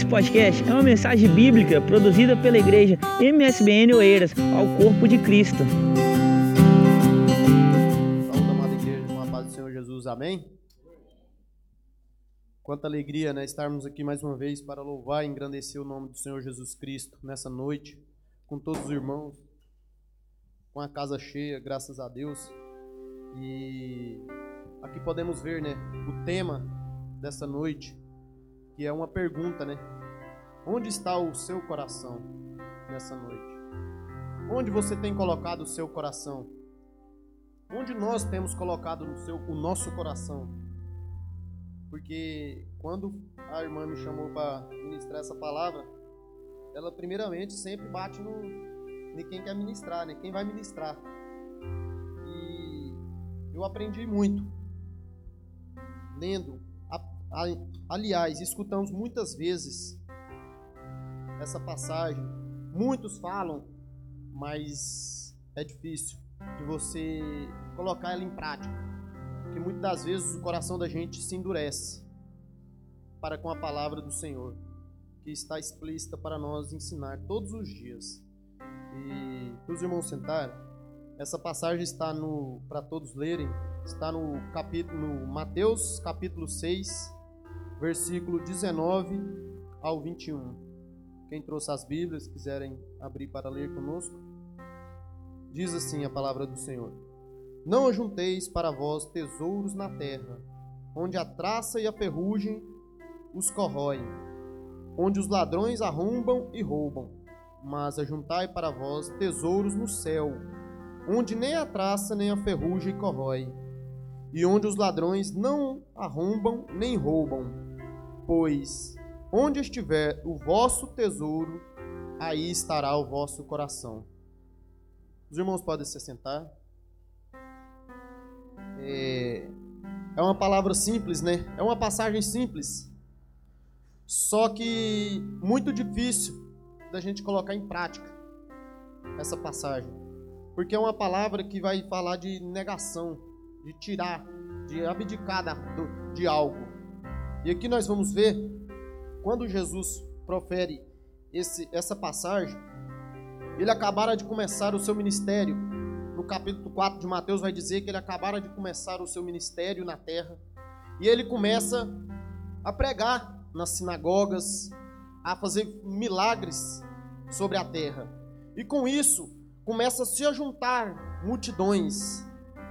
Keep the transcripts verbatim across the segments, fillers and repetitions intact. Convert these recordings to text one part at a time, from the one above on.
Esse podcast é uma mensagem bíblica produzida pela igreja M S B N Oeiras ao corpo de Cristo. Saúde, amada igreja, com a paz do Senhor Jesus, amém? Quanta alegria, né, estarmos aqui mais uma vez para louvar e engrandecer o nome do Senhor Jesus Cristo nessa noite, com todos os irmãos, com a casa cheia, graças a Deus. E aqui podemos ver, né, o tema dessa noite, que é uma pergunta, né? Onde está o seu coração nessa noite? Onde você tem colocado o seu coração? Onde nós temos colocado no seu, o nosso coração? Porque quando a irmã me chamou para ministrar essa palavra, ela primeiramente sempre bate no, em quem quer ministrar, né? Quem vai ministrar. E eu aprendi muito lendo. Aliás, escutamos muitas vezes essa passagem. Muitos falam, mas é difícil de você colocar ela em prática. Porque muitas das vezes o coração da gente se endurece para com a palavra do Senhor, que está explícita para nós ensinar todos os dias. E para os irmãos sentarem, essa passagem está no, para todos lerem, está no capítulo, no Mateus capítulo seis, versículo dezenove ao vinte e um. Quem trouxe as Bíblias, quiserem abrir para ler conosco, diz assim a palavra do Senhor: Não ajunteis para vós tesouros na terra, onde a traça e a ferrugem os corroem, onde os ladrões arrombam e roubam, mas ajuntai para vós tesouros no céu, onde nem a traça nem a ferrugem corrói, e onde os ladrões não arrombam nem roubam. Pois onde estiver o vosso tesouro, aí estará o vosso coração. Os irmãos podem se sentar. É, é uma palavra simples, né? É uma passagem simples, só que muito difícil da gente colocar em prática essa passagem, porque é uma palavra que vai falar de negação, de tirar, de abdicar de algo. E aqui nós vamos ver, quando Jesus profere esse, essa passagem, ele acabara de começar o seu ministério. No capítulo quatro de Mateus vai dizer que ele acabara de começar o seu ministério na terra. E ele começa a pregar nas sinagogas, a fazer milagres sobre a terra. E com isso, começa a se ajuntar multidões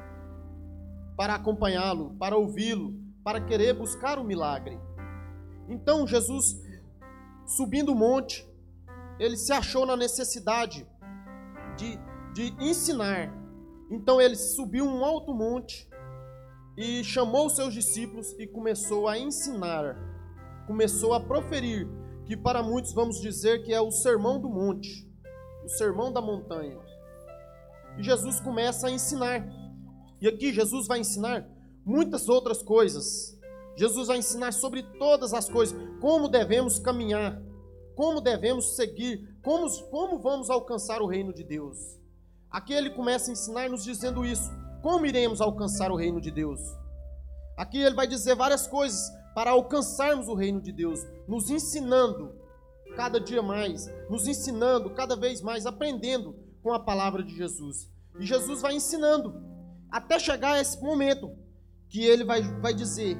para acompanhá-lo, para ouvi-lo, para querer buscar o milagre. Então Jesus, subindo o monte, ele se achou na necessidade de, de ensinar. Então ele subiu um alto monte e chamou os seus discípulos e começou a ensinar, começou a proferir, que para muitos vamos dizer que é o sermão do monte, o sermão da montanha. E Jesus começa a ensinar. E aqui Jesus vai ensinar muitas outras coisas. Jesus vai ensinar sobre todas as coisas, como devemos caminhar, como devemos seguir, como, como vamos alcançar o reino de Deus. Aqui ele começa a ensinar nos dizendo isso, como iremos alcançar o reino de Deus. Aqui ele vai dizer várias coisas para alcançarmos o reino de Deus, nos ensinando cada dia mais, nos ensinando cada vez mais, aprendendo com a palavra de Jesus. E Jesus vai ensinando até chegar a esse momento que ele vai, vai dizer,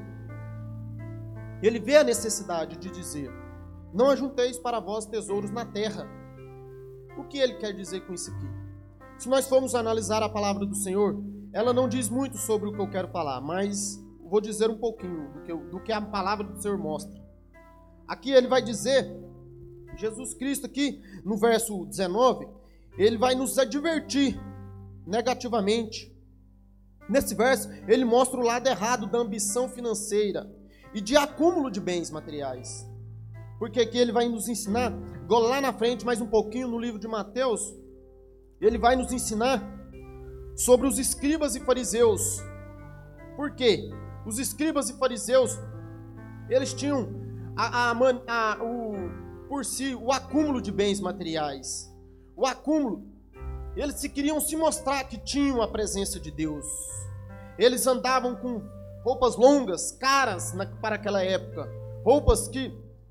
ele vê a necessidade de dizer: não ajunteis para vós tesouros na terra. O que ele quer dizer com isso aqui? Se nós formos analisar a palavra do Senhor, ela não diz muito sobre o que eu quero falar, mas vou dizer um pouquinho do que, eu, do que a palavra do Senhor mostra. Aqui ele vai dizer, Jesus Cristo aqui no verso dezenove, ele vai nos advertir negativamente. Nesse verso, ele mostra o lado errado da ambição financeira e de acúmulo de bens materiais. Porque aqui ele vai nos ensinar, lá na frente, mais um pouquinho, no livro de Mateus, ele vai nos ensinar sobre os escribas e fariseus. Por quê? Os escribas e fariseus, eles tinham a, a, a, o, por si o acúmulo de bens materiais. O acúmulo. Eles se queriam se mostrar que tinham a presença de Deus. Eles andavam com roupas longas, caras na, para aquela época. Roupas que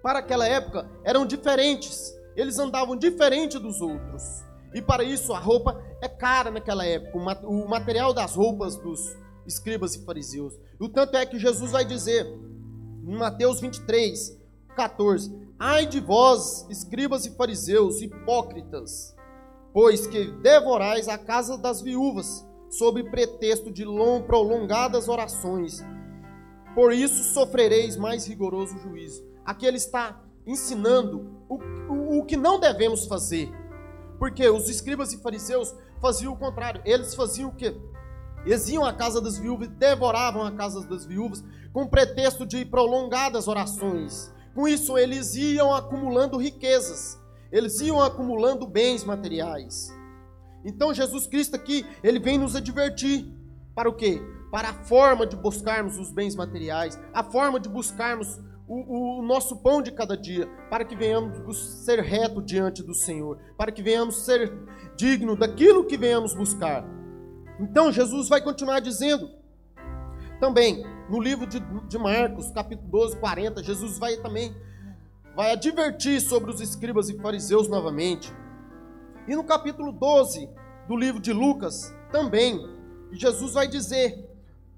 para aquela época, eram diferentes. Eles andavam diferente dos outros. E para isso a roupa é cara naquela época. O material das roupas dos escribas e fariseus. O tanto é que Jesus vai dizer, em Mateus vinte e três, quatorze, ai de vós, escribas e fariseus, hipócritas, pois que devorais a casa das viúvas, sob pretexto de long, prolongadas orações. Por isso sofrereis mais rigoroso juízo. Aqui ele está ensinando o, o, o que não devemos fazer. Porque os escribas e fariseus faziam o contrário. Eles faziam o quê? Eles iam à casa das viúvas, devoravam a casa das viúvas, com pretexto de prolongadas orações. Com isso, eles iam acumulando riquezas. Eles iam acumulando bens materiais. Então, Jesus Cristo aqui, ele vem nos advertir. Para o quê? Para a forma de buscarmos os bens materiais, a forma de buscarmos o, o nosso pão de cada dia, para que venhamos ser reto diante do Senhor, para que venhamos ser digno daquilo que venhamos buscar. Então, Jesus vai continuar dizendo, também, no livro de, de Marcos, capítulo doze, quarenta, Jesus vai também, vai advertir sobre os escribas e fariseus novamente. E no capítulo doze do livro de Lucas, também, Jesus vai dizer,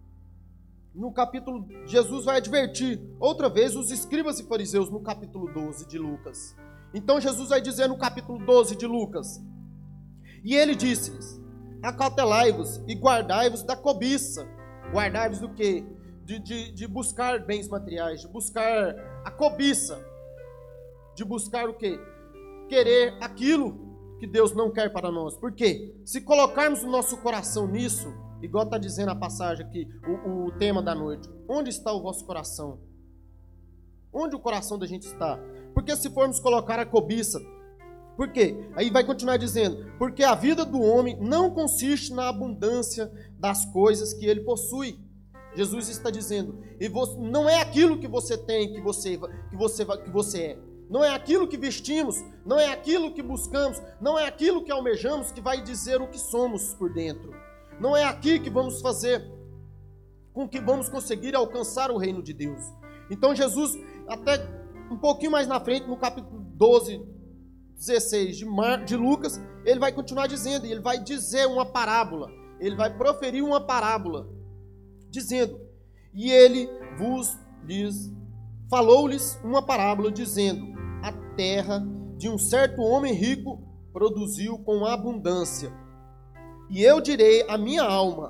no capítulo, Jesus vai advertir outra vez os escribas e fariseus no capítulo doze de Lucas. Então Jesus vai dizer no capítulo doze de Lucas, e ele disse-lhes, acautelai-vos e guardai-vos da cobiça. Guardai-vos do quê? De, de, de buscar bens materiais, de buscar a cobiça, de buscar o quê? Querer aquilo que Deus não quer para nós. Por quê? Se colocarmos o nosso coração nisso, igual está dizendo a passagem aqui, o, o tema da noite, onde está o vosso coração? Onde o coração da gente está? Porque se formos colocar a cobiça, por quê? Aí vai continuar dizendo, porque a vida do homem não consiste na abundância das coisas que ele possui. Jesus está dizendo, e você, não é aquilo que você tem, que você, que, você, que você é. Não é aquilo que vestimos, não é aquilo que buscamos, não é aquilo que almejamos que vai dizer o que somos por dentro. Não é aqui que vamos fazer com que vamos conseguir alcançar o reino de Deus. Então Jesus, até um pouquinho mais na frente, no capítulo doze, dezesseis de, Mar, de Lucas, ele vai continuar dizendo, e ele vai dizer uma parábola, ele vai proferir uma parábola, dizendo, e ele vos lhes, falou-lhes uma parábola, dizendo, a terra de um certo homem rico produziu com abundância. E eu direi à minha alma,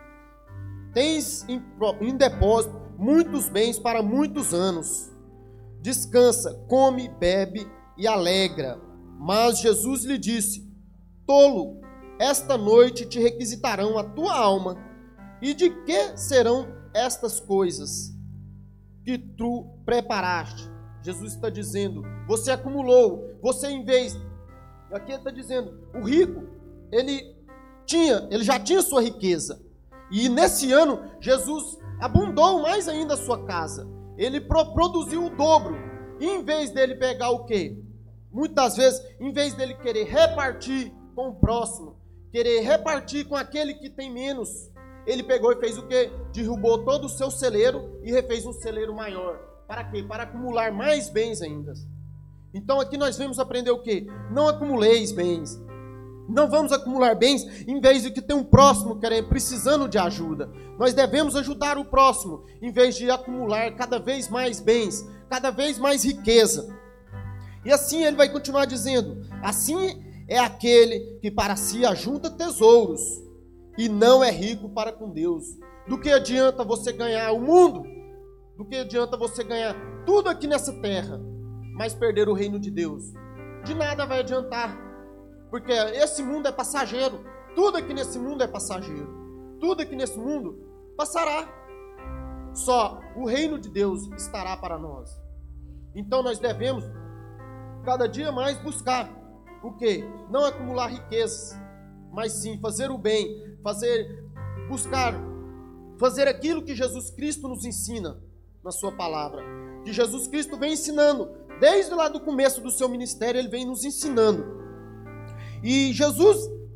tens em, em depósito muitos bens para muitos anos. Descansa, come, bebe e alegra. Mas Jesus lhe disse, tolo, esta noite te requisitarão a tua alma. E de que serão estas coisas que tu preparaste? Jesus está dizendo, você acumulou, você em vez... Aqui ele está dizendo, o rico, ele... Tinha, ele já tinha sua riqueza. E nesse ano, Jesus abundou mais ainda a sua casa. Ele pro, produziu o dobro. E em vez dele pegar o quê? Muitas vezes, em vez dele querer repartir com o próximo, querer repartir com aquele que tem menos, ele pegou e fez o quê? Derrubou todo o seu celeiro e refez um celeiro maior. Para quê? Para acumular mais bens ainda. Então aqui nós vamos aprender o quê? Não acumuleis bens. Não vamos acumular bens em vez de que tem um próximo querendo, precisando de ajuda. Nós devemos ajudar o próximo em vez de acumular cada vez mais bens, cada vez mais riqueza. E assim ele vai continuar dizendo, assim é aquele que para si ajunta tesouros e não é rico para com Deus. Do que adianta você ganhar o mundo? Do que adianta você ganhar tudo aqui nessa terra, mas perder o reino de Deus? De nada vai adiantar. Porque esse mundo é passageiro. Tudo aqui nesse mundo é passageiro. Tudo aqui nesse mundo passará. Só o reino de Deus estará para nós. Então nós devemos cada dia mais buscar o quê? Não acumular riquezas, mas sim fazer o bem, fazer, buscar, fazer aquilo que Jesus Cristo nos ensina na sua palavra. Que Jesus Cristo vem ensinando. Desde lá do começo do seu ministério, ele vem nos ensinando. E Jesus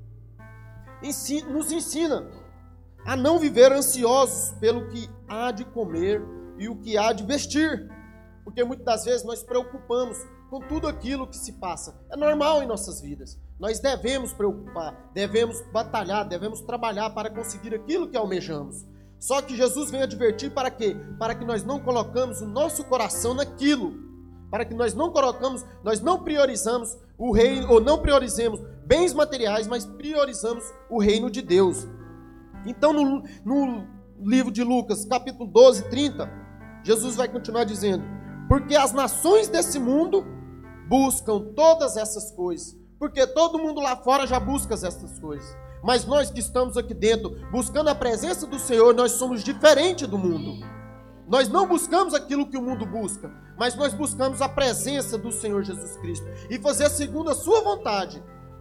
nos ensina a não viver ansiosos pelo que há de comer e o que há de vestir. Porque muitas das vezes nós preocupamos com tudo aquilo que se passa. É normal em nossas vidas. Nós devemos preocupar, devemos batalhar, devemos trabalhar para conseguir aquilo que almejamos. Só que Jesus vem advertir para quê? Para que nós não colocamos o nosso coração naquilo. Para que nós não colocamos, nós não priorizamos o reino, ou não priorizemos bens materiais, mas priorizamos o reino de Deus. Então no, no livro de Lucas, capítulo doze, trinta, Jesus vai continuar dizendo: porque as nações desse mundo buscam todas essas coisas. Porque todo mundo lá fora já busca essas coisas. Mas nós que estamos aqui dentro, buscando a presença do Senhor, nós somos diferentes do mundo. Nós não buscamos aquilo que o mundo busca, mas nós buscamos a presença do Senhor Jesus Cristo e fazer segundo a sua vontade.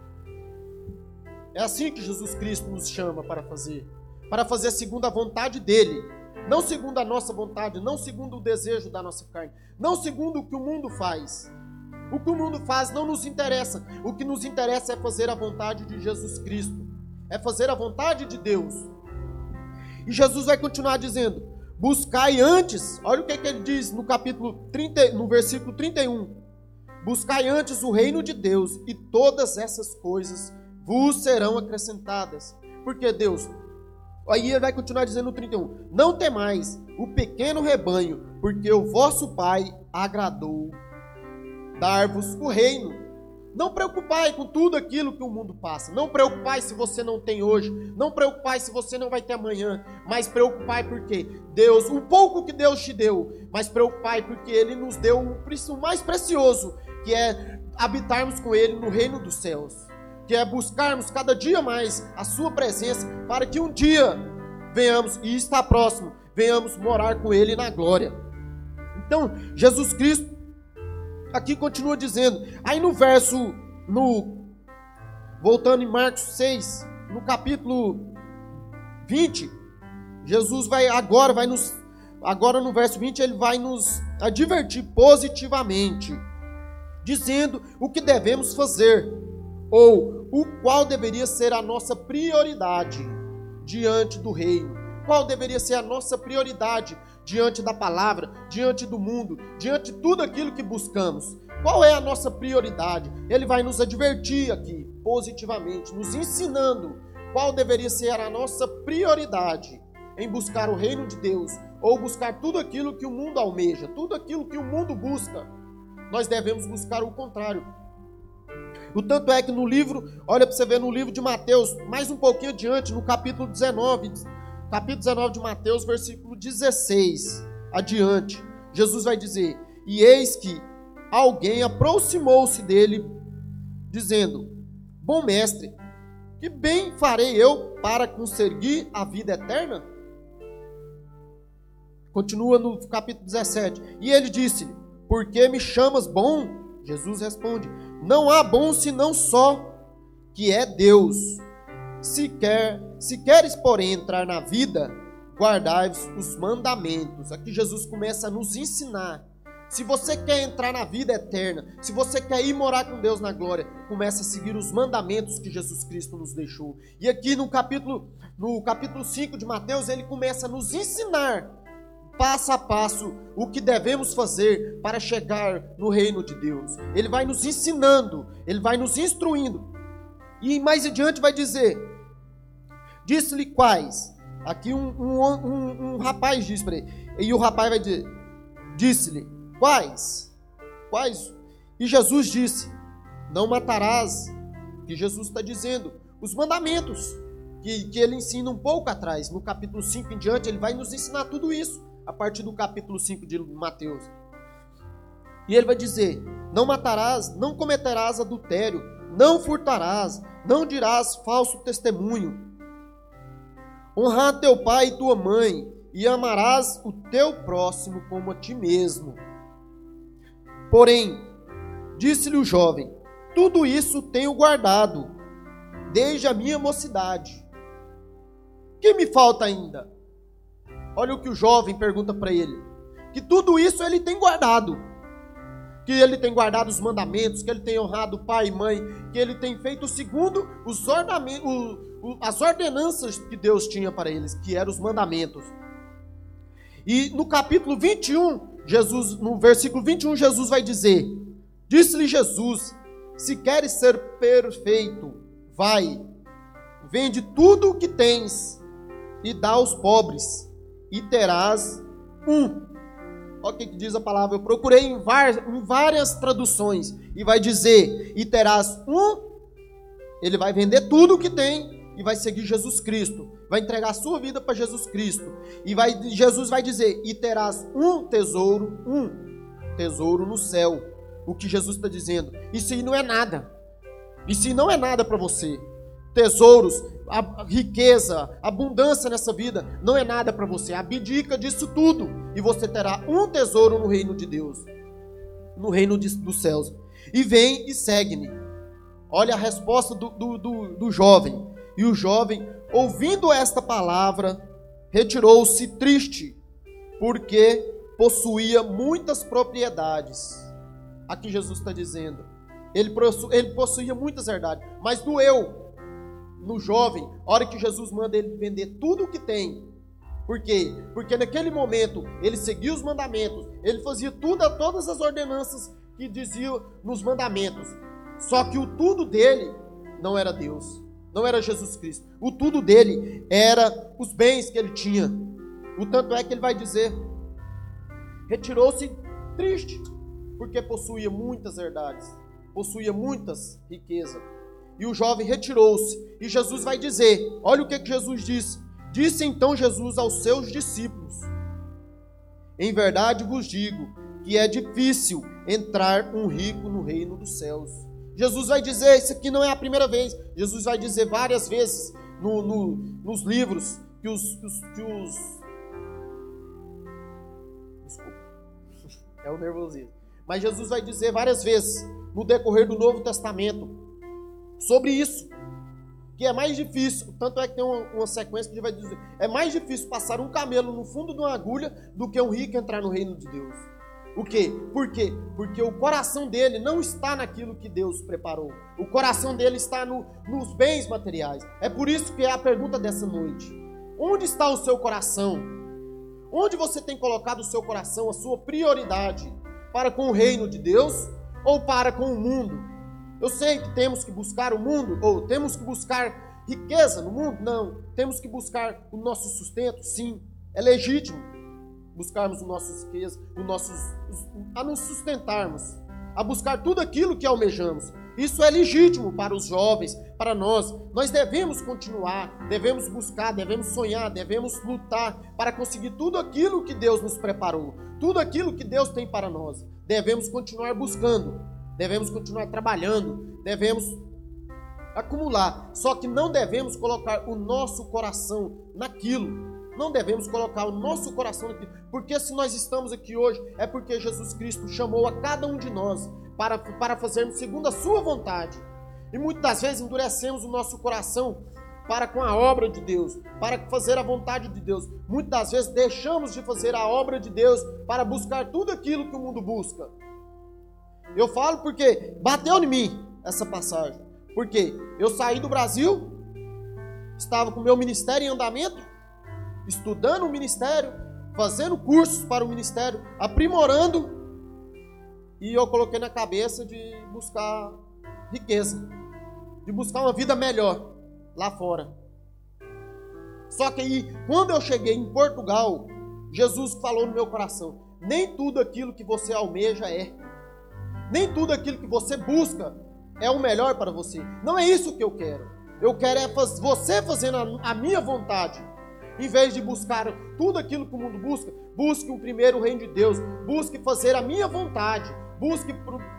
É assim que Jesus Cristo nos chama para fazer. Para fazer segundo a vontade dEle. Não segundo a nossa vontade, não segundo o desejo da nossa carne, não segundo o que o mundo faz. O que o mundo faz não nos interessa. O que nos interessa é fazer a vontade de Jesus Cristo. É fazer a vontade de Deus. E Jesus vai continuar dizendo: buscai antes, olha o que, é que ele diz no capítulo trinta, no versículo trinta e um. Buscai antes o reino de Deus, e todas essas coisas vos serão acrescentadas. Porque Deus, aí ele vai continuar dizendo no trinta e um: não temais o pequeno rebanho, porque o vosso Pai agradou dar-vos o reino. Não preocupai com tudo aquilo que o mundo passa. Não preocupai se você não tem hoje. Não preocupai se você não vai ter amanhã. Mas preocupai porque Deus, o pouco que Deus te deu, mas preocupai porque Ele nos deu o mais precioso, que é habitarmos com Ele no reino dos céus. Que é buscarmos cada dia mais a sua presença, para que um dia venhamos, e está próximo, venhamos morar com Ele na glória. Então, Jesus Cristo aqui continua dizendo, aí no verso, no, voltando em Marcos seis, no capítulo vinte, Jesus vai agora, vai nos, agora no verso vinte, ele vai nos advertir positivamente, dizendo o que devemos fazer, ou o qual deveria ser a nossa prioridade diante do reino. Qual deveria ser a nossa prioridade diante da palavra, diante do mundo, diante de tudo aquilo que buscamos? Qual é a nossa prioridade? Ele vai nos advertir aqui, positivamente, nos ensinando qual deveria ser a nossa prioridade em buscar o reino de Deus, ou buscar tudo aquilo que o mundo almeja, tudo aquilo que o mundo busca. Nós devemos buscar o contrário. O tanto é que no livro, olha para você ver no livro de Mateus, mais um pouquinho adiante, no capítulo dezenove, capítulo dezenove de Mateus, versículo dezesseis, adiante, Jesus vai dizer, e eis que alguém aproximou-se dele, dizendo, bom mestre, que bem farei eu para conseguir a vida eterna? Continua no capítulo dezessete, e ele disse-lhe, por que me chamas bom? Jesus responde, não há bom senão só, que é Deus. Se, quer, se queres, porém, entrar na vida, guardai os mandamentos. Aqui Jesus começa a nos ensinar. Se você quer entrar na vida eterna, se você quer ir morar com Deus na glória, comece a seguir os mandamentos que Jesus Cristo nos deixou. E aqui no capítulo, no capítulo cinco de Mateus, ele começa a nos ensinar, passo a passo, o que devemos fazer para chegar no reino de Deus. Ele vai nos ensinando, ele vai nos instruindo. E mais adiante vai dizer, disse-lhe quais? Aqui um, um, um, um rapaz diz para ele, e o rapaz vai dizer, disse-lhe, quais? Quais? E Jesus disse, não matarás, que Jesus está dizendo, os mandamentos, que, que ele ensina um pouco atrás, no capítulo cinco em diante, ele vai nos ensinar tudo isso, a partir do capítulo cinco de Mateus. E ele vai dizer, não matarás, não cometerás adultério, não furtarás, não dirás falso testemunho. Honrar teu pai e tua mãe, e amarás o teu próximo como a ti mesmo. Porém, disse-lhe o jovem, tudo isso tenho guardado, desde a minha mocidade. O que me falta ainda? Olha o que o jovem pergunta para ele. Que tudo isso ele tem guardado. Que ele tem guardado os mandamentos, que ele tem honrado pai e mãe, que ele tem feito segundo os ornamentos, o, o, as ordenanças que Deus tinha para eles, que eram os mandamentos. E no capítulo vinte e um, Jesus, no versículo vinte e um, Jesus vai dizer: disse-lhe Jesus: se queres ser perfeito, vai, vende tudo o que tens e dá aos pobres, e terás um. Olha o que diz a palavra. Eu procurei em, em várias traduções e vai dizer: e terás um. Ele vai vender tudo o que tem e vai seguir Jesus Cristo, vai entregar a sua vida para Jesus Cristo, e vai, Jesus vai dizer: e terás um tesouro, um tesouro no céu. O que Jesus está dizendo, isso aí não é nada, isso aí não é nada para você. Tesouros, a riqueza, abundância nessa vida não é nada para você. Abdica disso tudo e você terá um tesouro no reino de Deus, no reino de, dos céus. E vem e segue-me. Olha a resposta do, do, do, do jovem. E o jovem, ouvindo esta palavra, retirou-se triste, porque possuía muitas propriedades. Aqui Jesus está dizendo, ele, possu, ele possuía muitas herdades, mas doeu no jovem, a hora que Jesus manda ele vender tudo o que tem. Por quê? Porque naquele momento ele seguia os mandamentos, ele fazia tudo, todas as ordenanças que diziam nos mandamentos. Só que o tudo dele não era Deus, não era Jesus Cristo. O tudo dele era os bens que ele tinha. O tanto é que ele vai dizer, retirou-se triste, porque possuía muitas herdades, possuía muitas riquezas. E o jovem retirou-se. E Jesus vai dizer, olha o que, que Jesus disse. Disse então Jesus aos seus discípulos: em verdade vos digo que é difícil entrar um rico no reino dos céus. Jesus vai dizer, isso aqui não é a primeira vez, Jesus vai dizer várias vezes no, no, nos livros que os, os, que os... Desculpa, é o nervosismo. Mas Jesus vai dizer várias vezes no decorrer do Novo Testamento sobre isso, que é mais difícil, tanto é que tem uma, uma sequência que ele vai dizer, é mais difícil passar um camelo no fundo de uma agulha do que um rico entrar no reino de Deus. O quê? Por quê? Porque o coração dele não está naquilo que Deus preparou. O coração dele está no, nos bens materiais. É por isso que é a pergunta dessa noite. Onde está o seu coração? Onde você tem colocado o seu coração, a sua prioridade? Para com o reino de Deus ou para com o mundo? Eu sei que temos que buscar o mundo, ou temos que buscar riqueza no mundo? Não. Temos que buscar o nosso sustento? Sim. É legítimo buscarmos o nosso riqueza, o nosso, a nos sustentarmos, a buscar tudo aquilo que almejamos. Isso é legítimo para os jovens, para nós. Nós devemos continuar, devemos buscar, devemos sonhar, devemos lutar para conseguir tudo aquilo que Deus nos preparou, tudo aquilo que Deus tem para nós. Devemos continuar buscando, devemos continuar trabalhando, devemos acumular. Só que não devemos colocar o nosso coração naquilo. Não devemos colocar o nosso coração naquilo. Porque se nós estamos aqui hoje, é porque Jesus Cristo chamou a cada um de nós para, para fazermos segundo a sua vontade. E muitas das vezes endurecemos o nosso coração para com a obra de Deus, para fazer a vontade de Deus. Muitas das vezes deixamos de fazer a obra de Deus para buscar tudo aquilo que o mundo busca. Eu falo porque bateu em mim essa passagem. Porque eu saí do Brasil, estava com o meu ministério em andamento, estudando o ministério, fazendo cursos para o ministério, aprimorando, e eu coloquei na cabeça de buscar riqueza, de buscar uma vida melhor lá fora. Só que aí, quando eu cheguei em Portugal, Jesus falou no meu coração: nem tudo aquilo que você almeja é, nem tudo aquilo que você busca é o melhor para você. Não é isso que eu quero. Eu quero é faz, você fazendo a, a minha vontade. Em vez de buscar tudo aquilo que o mundo busca, busque o primeiro reino de Deus, busque fazer a minha vontade, busque,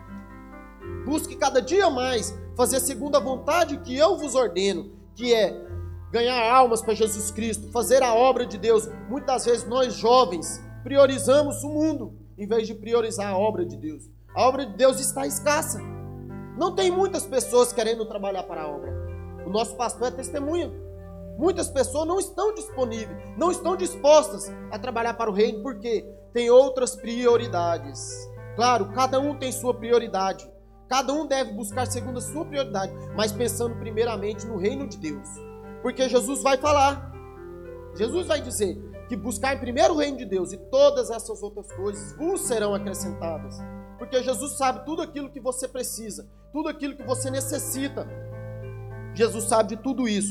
busque cada dia mais fazer segundo a vontade que eu vos ordeno, que é ganhar almas para Jesus Cristo, fazer a obra de Deus. Muitas vezes nós jovens priorizamos o mundo, em vez de priorizar a obra de Deus. A obra de Deus está escassa, não tem muitas pessoas querendo trabalhar para a obra. O nosso pastor é testemunha. Muitas pessoas não estão disponíveis, não estão dispostas a trabalhar para o reino, porque tem outras prioridades. Claro, cada um tem sua prioridade. Cada um deve buscar segundo a sua prioridade, mas pensando primeiramente no reino de Deus. Porque Jesus vai falar, Jesus vai dizer: que buscar em primeiro o reino de Deus e todas essas outras coisas vos serão acrescentadas. Porque Jesus sabe tudo aquilo que você precisa, tudo aquilo que você necessita. Jesus sabe de tudo isso.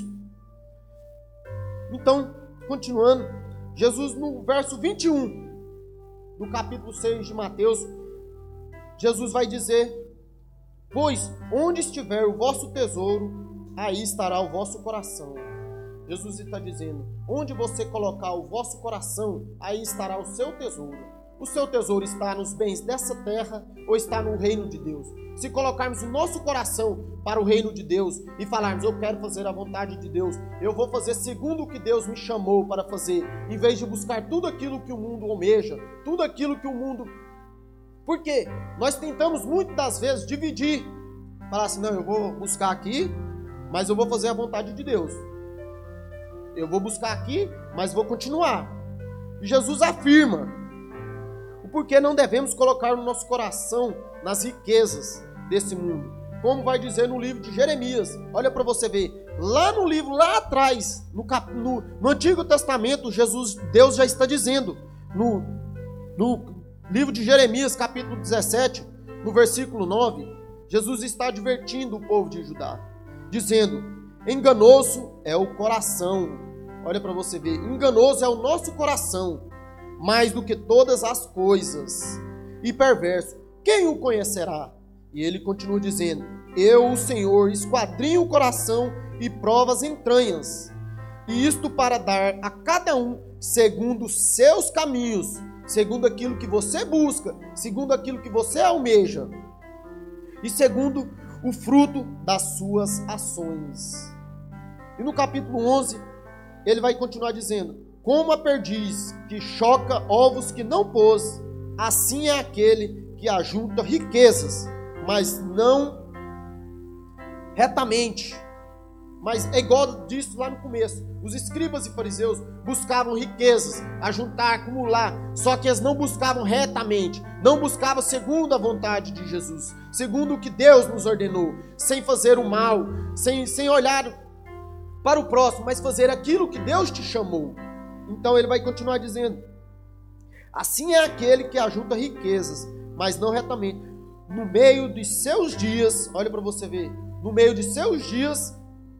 Então, continuando, Jesus no verso vinte e um do capítulo seis de Mateus, Jesus vai dizer: pois onde estiver o vosso tesouro, aí estará o vosso coração. Jesus está dizendo, onde você colocar o vosso coração, aí estará o seu tesouro. O seu tesouro está nos bens dessa terra ou está no reino de Deus? Se colocarmos o nosso coração para o reino de Deus e falarmos, eu quero fazer a vontade de Deus, eu vou fazer segundo o que Deus me chamou para fazer, em vez de buscar tudo aquilo que o mundo almeja, tudo aquilo que o mundo... Por quê? Nós tentamos muitas das vezes dividir, falar assim, não, eu vou buscar aqui, mas eu vou fazer a vontade de Deus. Eu vou buscar aqui, mas vou continuar. E Jesus afirma o porquê não devemos colocar o nosso coração nas riquezas desse mundo. Como vai dizer no livro de Jeremias. Olha para você ver. Lá no livro, lá atrás, no, cap, no, no Antigo Testamento, Jesus, Deus já está dizendo. No, no livro de Jeremias, capítulo dezessete, no versículo nove, Jesus está advertindo o povo de Judá. Dizendo, enganoso é o coração. Olha para você ver, enganoso é o nosso coração, mais do que todas as coisas, e perverso, quem o conhecerá? E ele continua dizendo, eu, o Senhor, esquadrinho o coração e provo as entranhas, e isto para dar a cada um segundo os seus caminhos, segundo aquilo que você busca, segundo aquilo que você almeja, e segundo o fruto das suas ações. E no capítulo onze, ele vai continuar dizendo, como a perdiz que choca ovos que não pôs, assim é aquele que ajunta riquezas, mas não retamente. Mas é igual disso lá no começo. Os escribas e fariseus buscavam riquezas, ajuntar, acumular, só que eles não buscavam retamente, não buscavam segundo a vontade de Jesus, segundo o que Deus nos ordenou, sem fazer o mal, sem, sem olhar para o próximo, mas fazer aquilo que Deus te chamou. Então ele vai continuar dizendo, assim é aquele que ajunta riquezas, mas não retamente. No meio de seus dias, olha para você ver, no meio de seus dias,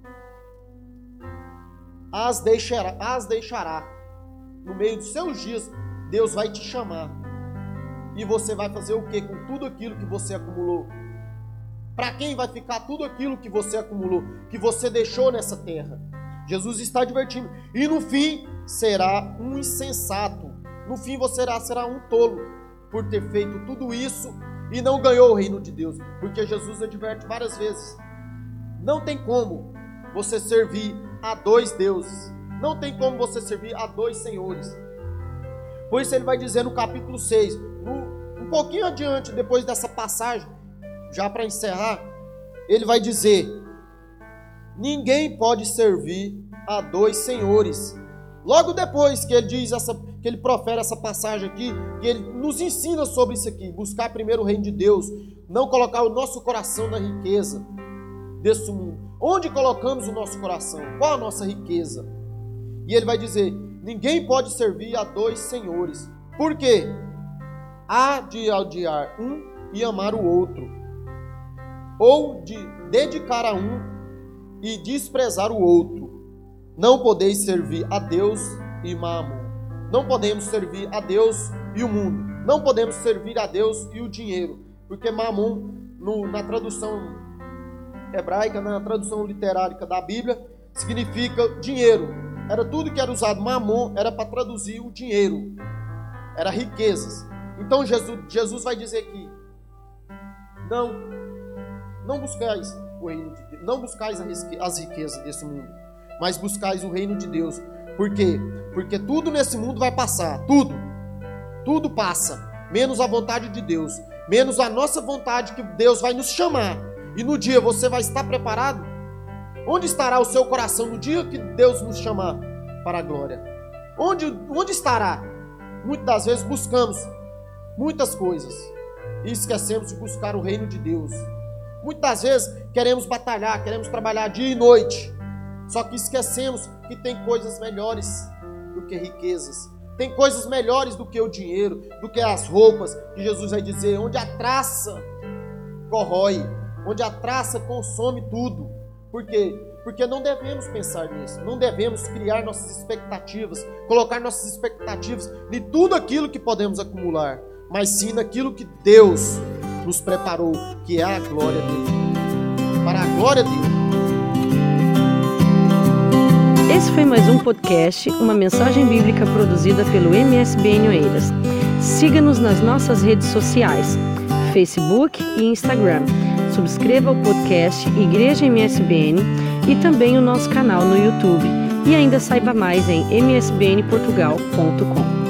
as deixará, as deixará. No meio dos seus dias, Deus vai te chamar. E você vai fazer o que com tudo aquilo que você acumulou? Para quem vai ficar tudo aquilo que você acumulou, que você deixou nessa terra? Jesus está advertindo. E no fim, será um insensato. No fim, você será, será um tolo por ter feito tudo isso e não ganhou o reino de Deus. Porque Jesus adverte várias vezes. Não tem como você servir a dois deuses. Não tem como você servir a dois senhores. Por isso ele vai dizer no capítulo seis, no, um pouquinho adiante, depois dessa passagem, já para encerrar, ele vai dizer, ninguém pode servir a dois senhores. Logo depois que ele diz essa, que ele profere essa passagem aqui, que ele nos ensina sobre isso aqui, buscar primeiro o reino de Deus, não colocar o nosso coração na riqueza desse mundo. Onde colocamos o nosso coração? Qual a nossa riqueza? E ele vai dizer, ninguém pode servir a dois senhores. Por quê? Há de odiar um e amar o outro, ou de dedicar a um e desprezar o outro. Não podeis servir a Deus e Mamon. Não podemos servir a Deus e o mundo. Não podemos servir a Deus e o dinheiro. Porque Mamon, no, na tradução hebraica, na tradução literária da Bíblia, significa dinheiro. Era tudo que era usado. Mamon era para traduzir o dinheiro. Era riquezas. Então Jesus, Jesus vai dizer aqui, não, não buscais o reino de Deus, não buscais as riquezas desse mundo, mas buscais o reino de Deus. Por quê? Porque tudo nesse mundo vai passar, tudo, tudo passa, menos a vontade de Deus, menos a nossa vontade que Deus vai nos chamar. E no dia você vai estar preparado? Onde estará o seu coração no dia que Deus nos chamar para a glória? Onde, onde estará? Muitas das vezes buscamos muitas coisas e esquecemos de buscar o reino de Deus. Muitas vezes queremos batalhar, queremos trabalhar dia e noite, só que esquecemos que tem coisas melhores do que riquezas. Tem coisas melhores do que o dinheiro, do que as roupas, que Jesus vai dizer, onde a traça corrói, onde a traça consome tudo. Por quê? Porque não devemos pensar nisso, não devemos criar nossas expectativas, colocar nossas expectativas em tudo aquilo que podemos acumular, mas sim naquilo que Deus nos preparou, que é a glória dele. Para a glória dele. Esse foi mais um podcast, uma mensagem bíblica produzida pelo M S B N Oeiras. Siga-nos nas nossas redes sociais, Facebook e Instagram. Subscreva o podcast Igreja M S B N e também o nosso canal no YouTube. E ainda saiba mais em m s b n portugal ponto com.